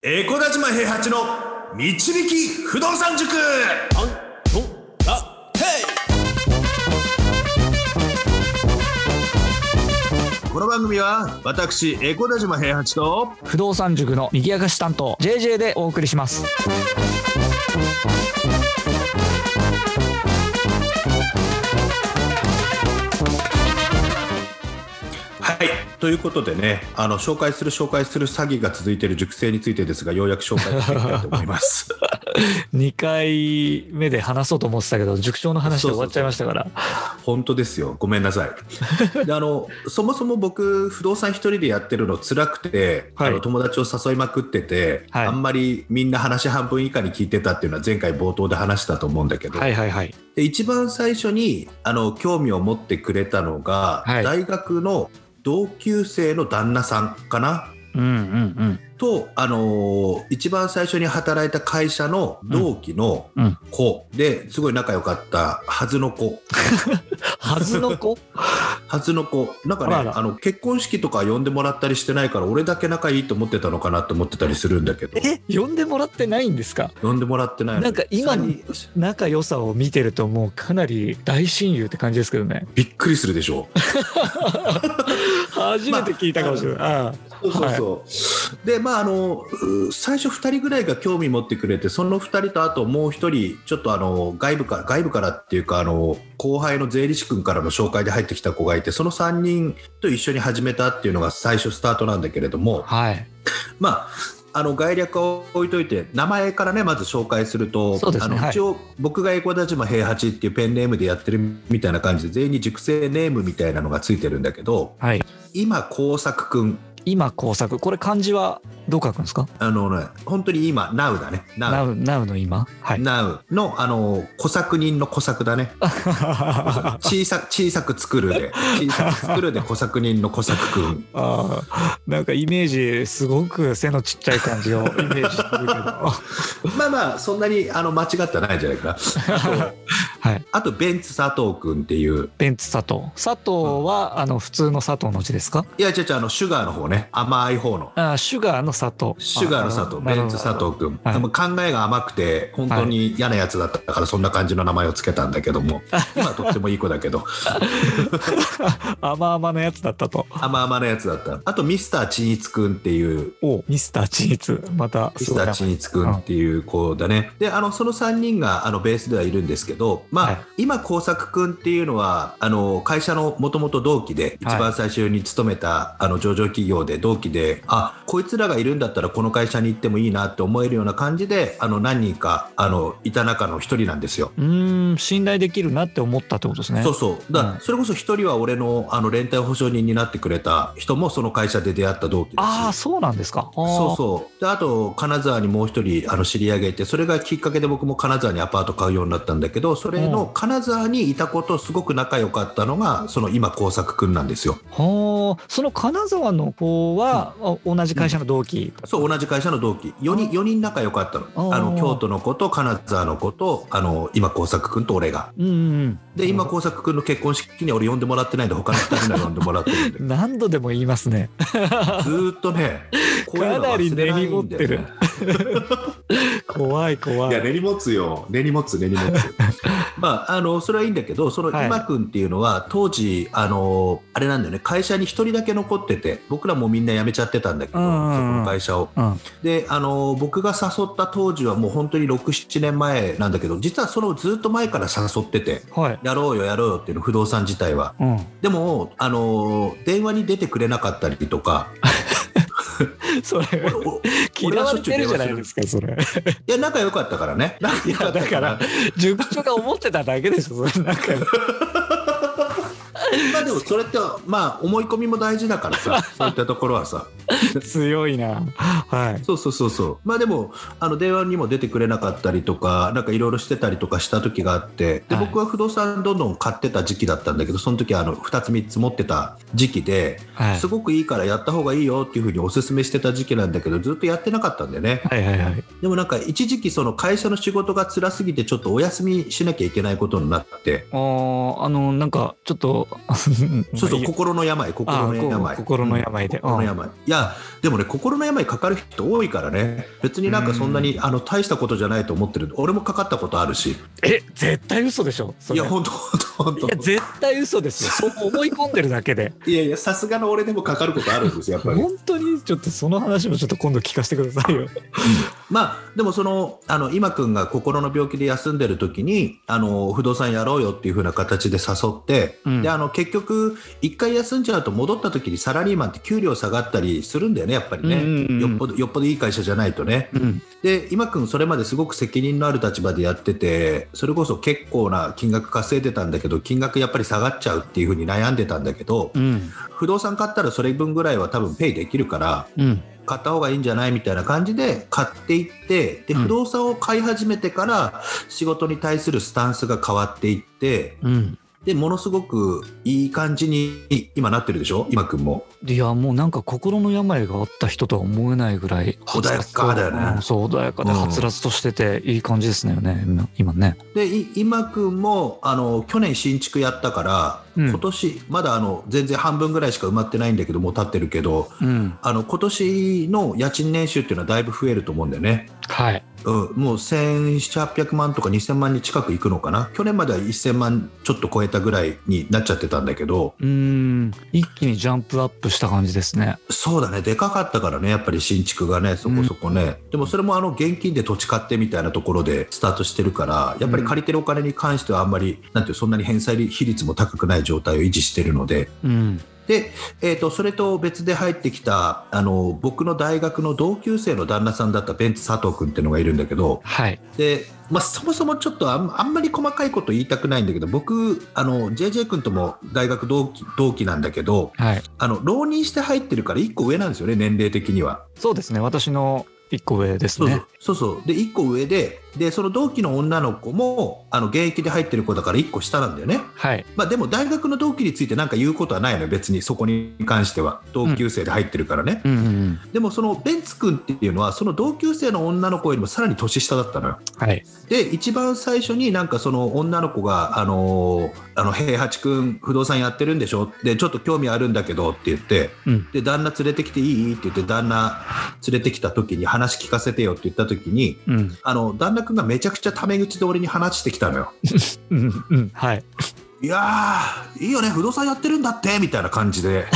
エコダ島平八の導き不動産塾。この番組は私エコダ島平八と不動産塾の右明かし担当 JJ でお送りします。 はい、ということでね、紹介する詐欺が続いている塾生についてですが、ようやく紹介していきたいと思います 2回目で話そうと思ってたけど塾長の話で終わっちゃいましたから。 本当ですよ、ごめんなさいでそもそも僕不動産一人でやってるの辛くて、はい、友達を誘いまくってて、はい、あんまりみんな話半分以下に聞いてたっていうのは前回冒頭で話したと思うんだけど、はいはいはい、で一番最初に興味を持ってくれたのが、はい、大学の同級生の旦那さんかな、と一番最初に働いた会社の同期の子ですごい仲良かったはずの子はずの子なんかね、結婚式とか呼んでもらったりしてないから俺だけ仲いいと思ってたのかなと思ってたりするんだけど。 呼んでもらってないんですか？ 呼んでもらってない。 なんか今の仲良さを見てるともうかなり大親友って感じですけどね。 びっくりするでしょ初めて聞いたかもしれない、 で最初2人ぐらいが興味持ってくれて、その2人とあともう1人ちょっと外部からっていうか後輩の税理士君からの紹介で入ってきた子がいて、その3人と一緒に始めたっていうのが最初スタートなんだけれども、はい、概略を置いといて名前からねまず紹介すると、一応僕がエコダ島平八っていうペンネームでやってるみたいな感じで全員に塾生ネームみたいなのがついてるんだけど、はい、今工作くん、 これ漢字はどう書くんですか？ 本当に今 Now だね。 Now の今、はい、 Now の小作人の小作だね小さく作るで小作人の小作くんなんかイメージすごく背のちっちゃい感じをイメージしてるけどまあそんなに間違ってないんじゃないかなはい、あとベンツ佐藤くんっていう。 ベンツ佐藤は、普通の佐藤の字ですか？ いや違うシュガーの方ね、甘い方の。 シュガーの佐藤、 ベンツ佐藤くん、はい、考えが甘くて本当に嫌なやつだったからそんな感じの名前をつけたんだけども、はい、今はとってもいい子だけど甘々なやつだったと。 あとミスターちにつくんっていう。 ミスターちにつ、またミスターちにつくんっていう子だね。でその3人がベースではいるんですけど、はい、今工作くんっていうのは会社のもともと同期で、一番最初に勤めた上場企業で同期で、こいつらがいるんだったらこの会社に行ってもいいなって思えるような感じで何人かいた中の一人なんですよ。 信頼できるなって思ったってことですね。 そうだ、それこそ一人は俺の連帯保証人になってくれた人もその会社で出会った同期ですし。 そうなんですか。 であと金沢にもう一人知り合いがいて、それがきっかけで僕も金沢にアパート買うようになったんだけど、それの金沢にいた子とすごく仲良かったのがその今工作くんなんですよ。 その金沢の子は同じ会社の同期、 そう同じ会社の同期4人仲良かったの。京都の子と金沢の子と今工作くんと俺が、で今工作くんの結婚式には俺呼んでもらってないんで他の2人には呼んでもらってるんで何度でも言いますねずっとねこういうの忘れないんだよね怖い。いや根に持つそれはいいんだけど、その今くんっていうのは当時あれなんだよね、会社に一人だけ残ってて、僕らもみんな辞めちゃってたんだけど、そこの会社を、で僕が誘った当時はもう本当に 6,7 年前なんだけど、実はそのずっと前から誘ってて、やろうよっていうの、不動産自体は、でも電話に出てくれなかったりとかそれ嫌われてるじゃないですかそれ。 いや仲良かったからね。 いやだから塾長が思ってただけでしょそれ。仲良でもそれって思い込みも大事だからさそういったところはさ強いな。はい。 そうでも電話にも出てくれなかったりとか、なんかいろいろしてたりとかした時があって、で僕は不動産どんどん買ってた時期だったんだけど、その時は2つ3つ持ってた時期で、すごくいいからやった方がいいよっていうふうにお勧めしてた時期なんだけど、ずっとやってなかったんだよね。でもなんか一時期その会社の仕事が辛すぎてちょっとお休みしなきゃいけないことになって、なんかちょっと心の病で、 いやでもね、心の病かかる人多いからね、別になんかそんなに大したことじゃないと思ってる。俺もかかったことあるし。 絶対嘘でしょそれ。 いや本当いや絶対嘘ですよ。そう思い込んでるだけで。 いやさすがの俺でもかかることあるんですよやっぱり。 本当にちょっとその話もちょっと今度聞かせてくださいよ。 まあでも今くんが心の病気で休んでる時に不動産やろうよっていう風な形で誘って、で結局一回休んじゃうと戻った時にサラリーマンって給料下がったりするんだよねやっぱりね、よっぽどいい会社じゃないとね、で今くんそれまですごく責任のある立場でやってて、それこそ結構な金額稼いでたんだけど、金額やっぱり下がっちゃうっていう風に悩んでたんだけど、不動産買ったらそれ分ぐらいは多分ペイできるから、買った方がいいんじゃないみたいな感じで買っていって、で不動産を買い始めてから仕事に対するスタンスが変わっていって、でものすごくいい感じに今なってるでしょ今くんも。 いやもうなんか心の病があった人とは思えないぐらい穏やかだよね。 そう穏やかではつらつとしてていい感じですね今ね。 で今くんも去年新築やったから、今年まだ全然半分ぐらいしか埋まってないんだけどもう経ってるけど、今年の家賃年収っていうのはだいぶ増えると思うんだよね。 はい。 もう1700万とか2000万に近くいくのかな。去年までは1000万ちょっと超えたぐらいになっちゃってたんだけど、 一気にジャンプアップした感じですね。 そうだね、でかかったからねやっぱり新築がねそこそこね、でもそれも現金で土地買ってみたいなところでスタートしてるから、やっぱり借りてるお金に関してはあんまりなんていうそんなに返済比率も高くない状態を維持してるので、でそれと別で入ってきた僕の大学の同級生の旦那さんだったベンツ佐藤君っていうのがいるんだけど、でそもそもちょっとあんまり細かいこと言いたくないんだけど、僕JJ 君とも大学同期なんだけど、浪人して入ってるから1個上なんですよね年齢的には。 そうですね、私の1個上ですね。 そうで1個上でその同期の女の子も現役で入ってる子だから1個下なんだよね。でも大学の同期について何か言うことはないのよ別に、そこに関しては同級生で入ってるからね、でもそのベンツ君っていうのはその同級生の女の子よりもさらに年下だったのよ。で一番最初になんかその女の子が平八君不動産やってるんでしょでちょっと興味あるんだけどって言って、で旦那連れてきていいって言って旦那連れてきた時に話聞かせてよって言った時に、旦那君がめちゃくちゃタメ口で俺に話してきたのよ。いやーいいよね不動産やってるんだってみたいな感じで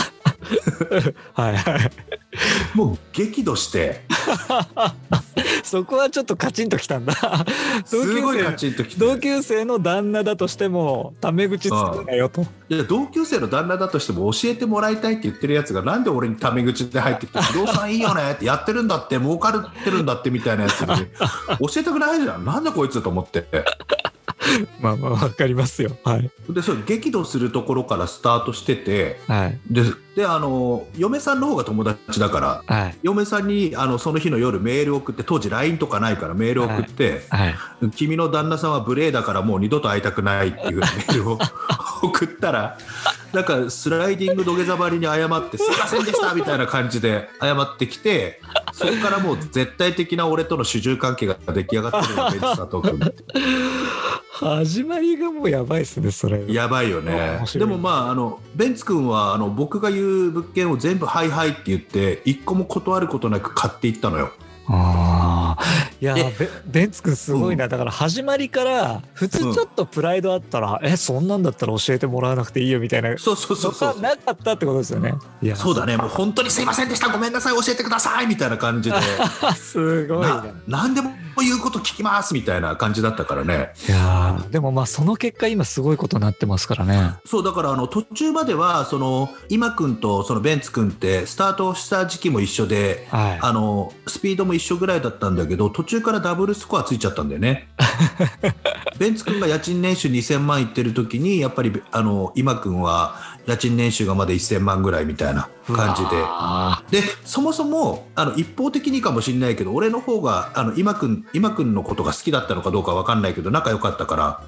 もう激怒してそこはちょっとカチンときたんだすごいカチンときて、 同級生の旦那だとしてもタメ口つくなよと。 いや同級生の旦那だとしても教えてもらいたいって言ってるやつがなんで俺にタメ口で入ってきて不動産いいよねってやってるんだって儲かってるんだってみたいなやつに教えたくないじゃんなんでこいつと思ってまあわかりますよ。 でそれ激怒するところからスタートしてて、で嫁さんの方が友達だから、嫁さんにその日の夜メール送って、当時 LINE とかないからメール送って、君の旦那さんは無礼だからもう二度と会いたくないっていうメールを送ったらなんかスライディング土下座張りに謝ってすいませんでしたみたいな感じで謝ってきて、そこからもう絶対的な俺との主従関係が出来上がってるのベンツ佐藤君始まりがもうやばいですねそれ。 やばいよね。でもベンツ君は僕が言う物件を全部はいはいって言って一個も断ることなく買っていったのよ。 いやベンツ君すごいな。だから始まりから普通ちょっとプライドあったら、そんなんだったら教えてもらわなくていいよみたいなそうなかったってことですよね。いやそうだね、もう本当にすいませんでしたごめんなさい教えてくださいみたいな感じですごい何でも言うこと聞きますみたいな感じだったからね。 いやでもその結果今すごいことになってますからね。 そうだから途中までは今くんとそのベンツくんってスタートした時期も一緒で、スピードも一緒ぐらいだったんだけど途中からダブルスコアついちゃったんだよねベンツくんが家賃年収2000万いってる時にやっぱり今くんは家賃年収がまだ1000万ぐらいみたいな感じで、そもそも一方的にかもしれないけど俺の方が今くんのことが好きだったのかどうか分かんないけど仲良かったから、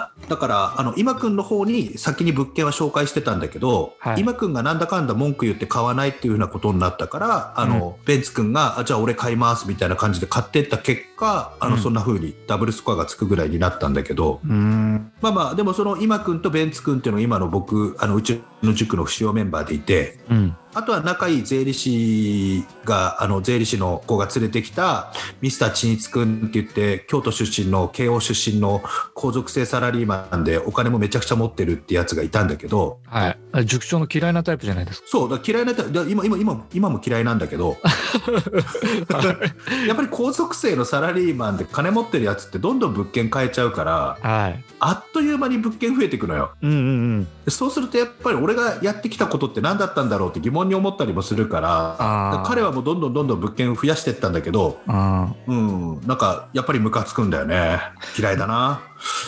だから今くんの方に先に物件は紹介してたんだけど、今くんがなんだかんだ文句言って買わないっていう風なことになったからベンツくんがじゃあ俺買いますみたいな感じで買ってった結果そんな風にダブルスコアがつくぐらいになったんだけど、でもその今くんとベンツくんっていうのが今の僕うちの塾の不使用メンバーでいて、あとは仲いい税理士が税理士の子が連れてきたミスターちんいつくんって言って、京都出身の慶応出身の皇族制サラリーマンでお金もめちゃくちゃ持ってるってやつがいたんだけど、 塾長の嫌いなタイプじゃないですか。 そうだ、嫌いなタイプ、今も嫌いなんだけどやっぱり皇族制のサラリーマンで金持ってるやつってどんどん物件買えちゃうから、あっという間に物件増えていくのよ。そうするとやっぱり俺がやってきたことって何だったんだろうって疑問に思ったりもするから、彼はもうどんどん物件を増やしていったんだけど、なんかやっぱりムカつくんだよね。嫌いだな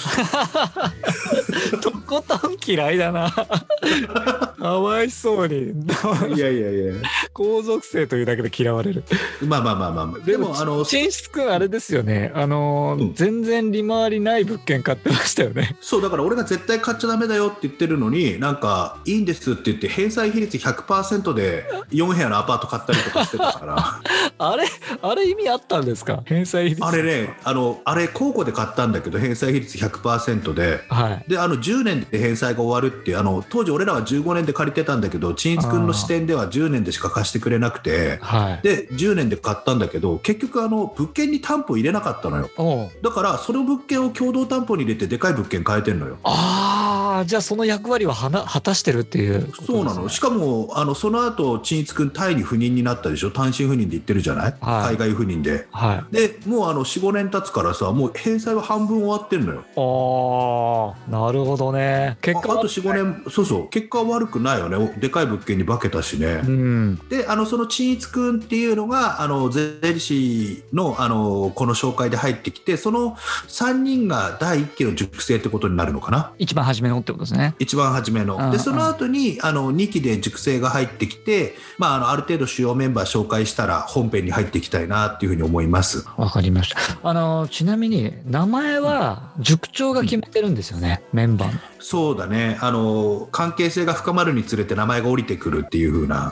とことん嫌いだなかわいそうに。 いや皇族生というだけで嫌われる。 まあでもちんいつくんあれですよね、全然利回りない物件買ってましたよね。 そうだから俺が絶対買っちゃダメだよって言ってるのに、なんかいいんですって言って返済比率 100% で4部屋のアパート買ったりとかしてたからあれ意味あったんですか、返済比率。 あれね、あれ公庫で買ったんだけど返済比率 100% で、で10年で返済が終わるっていう、当時俺らは15年で借りてたんだけど、ちんいつくんの視点では10年でしか貸してくれなくて、で10年で買ったんだけど、結局物件に担保入れなかったのよ。だからその物件を共同担保に入れてでかい物件買えてんのよ。 じゃあその役割は果たしてるっていうことですね。 そうなの。しかもその後ちんいつくんタイに赴任になったでしょ。単身赴任で行ってるじゃない、海外赴任で、でもう4,5 年経つからさ、もう返済は半分終わってるのよ。 なるほどね。結果あと 4,5 年、そう結果は悪くないよね。でかい物件に化けたしね、でそのちんいつくんっていうのが税理士のこの紹介で入ってきて、その3人が第1期の塾生ってことになるのかな。 一番初めのってことですね。 一番初めの。でその後に2期で塾生が入ってきて、ある程度主要メンバー紹介したら本編に入っていきたいなっていうふうに思います。 わかりました。ちなみに名前は塾長が決めてるんですよね、メンバーの。 そうだね。関係性が深まるにつれて名前が降りてくるっていう風な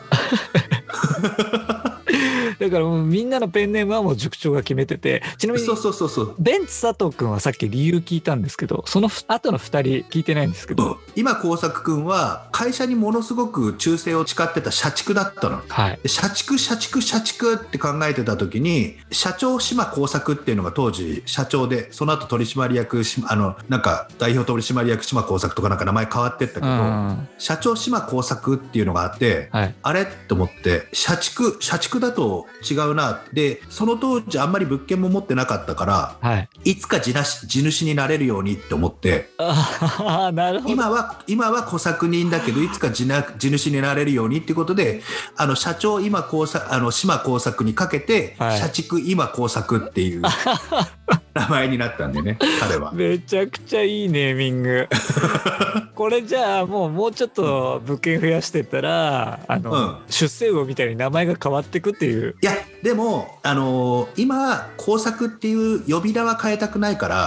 だからもうみんなのペンネームはもう塾長が決めてて、ちなみにベンツ佐藤君はさっき理由聞いたんですけど、その後の2人聞いてないんですけど、 今耕作君は会社にものすごく忠誠を誓ってた社畜だったの、で社畜って考えてた時に、社長島耕作っていうのが当時社長で、その後取締役なんか代表取締役島耕作とかなんか名前変わってったけど、社長島耕作っていうのがあって、あれと思って、社畜だと違うな。でその当時あんまり物件も持ってなかったから、いつか地主になれるようにって思って、 なるほど。 今は小作人だけどいつか地主になれるようにっていうことで、社長島耕作にかけて、社畜今耕作っていう名前になったんでね、彼は。 めちゃくちゃいいネーミングこれじゃあもうちょっと物件増やしてったら出世魚みたいに名前が変わってくっていう。 いやでも今耕作っていう呼び名は変えたくないから、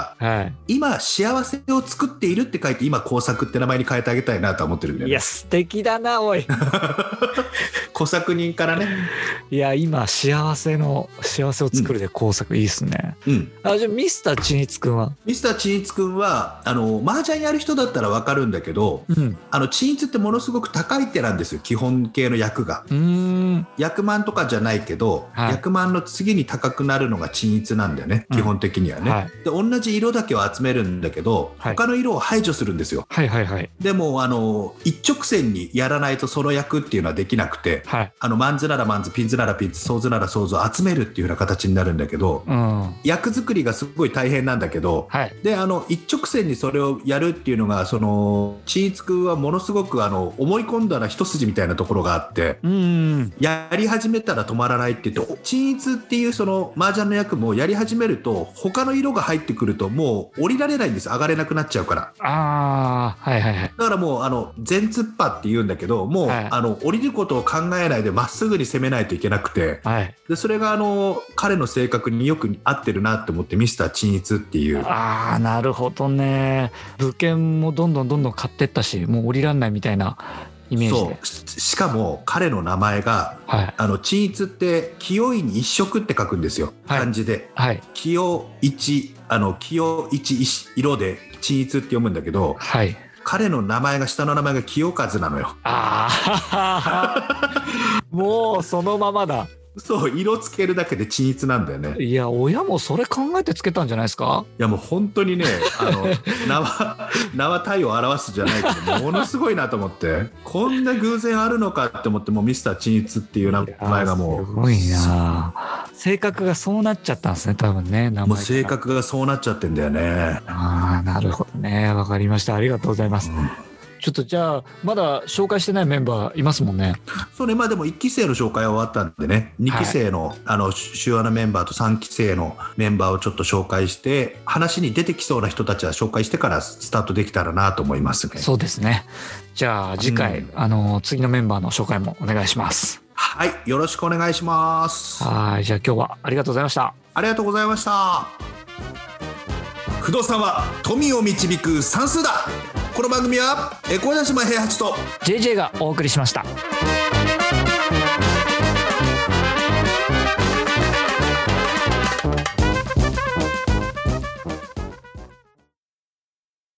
今幸せを作っているって書いて今耕作って名前に変えてあげたいなと思ってるんだよね。 いや素敵だなおい小作人からね。 いや今幸せを作るで耕作いいっすね。じゃあミスターちんいつくんは麻雀やる人だったら分かるんだけど、ちんいつってものすごく高い手なんですよ、基本形の役が。役満とかじゃないけど、役満の次に高くなるのがちんいつなんだよね、基本的にはね。で同じ色だけを集めるんだけど、他の色を排除するんですよ。でも一直線にやらないとその役っていうのはできなくて、マンズならマンズ、ピンズならピンズ、ソーズならソーズを集めるっていうような形になるんだけど、役作りがすごい大変なんだけど、で一直線にそれをやるっていうのが、ちんいつくんはものすごく思い込んだら一筋みたいなところがあって、やり始めたら止まらないって言って、ちんいつっていう麻雀の役もやり始めると他の色が入ってくるともう降りられないんです、上がれなくなっちゃうから。だからもう全突破って言うんだけど、もう、降りることを考えないでまっすぐに攻めないといけなくて、でそれが彼の性格によく合ってるなって思って、ミスターちんいつっていう。 なるほどね。物件もどんどん買ってったし、もう降りらんないみたいなイメージで。 しかも彼の名前が、ちんいつって清いに一色って書くんですよ、漢字で。清一色でちんいつって読むんだけど、 彼の名前が下の名前が清和なのよ。 もうそのままだ。 そう、色つけるだけで緻密なんだよね。 いや、親もそれ考えてつけたんじゃないですか。 いやもう本当にね、名は体を表すじゃないけど、ものすごいなと思って、こんな偶然あるのかって思って、もうミスター緻密っていう名前がもうすごいな。性格がそうなっちゃったんですね、多分ね。名前もう性格がそうなっちゃってんだよね。 なるほどね、わかりました。ありがとうございます。ちょっとじゃあまだ紹介してないメンバーいますもんね。 そうね、まあでも1期生の紹介は終わったんでね、2期生の、主要なメンバーと3期生のメンバーをちょっと紹介して、話に出てきそうな人たちは紹介してからスタートできたらなと思いますね。 そうですね。じゃあ次回、次のメンバーの紹介もお願いします。 はい、よろしくお願いします。 はい、じゃあ今日はありがとうございました。 ありがとうございました。不動産は富を導く算数だ。この番組は小田島平八と JJ がお送りしました。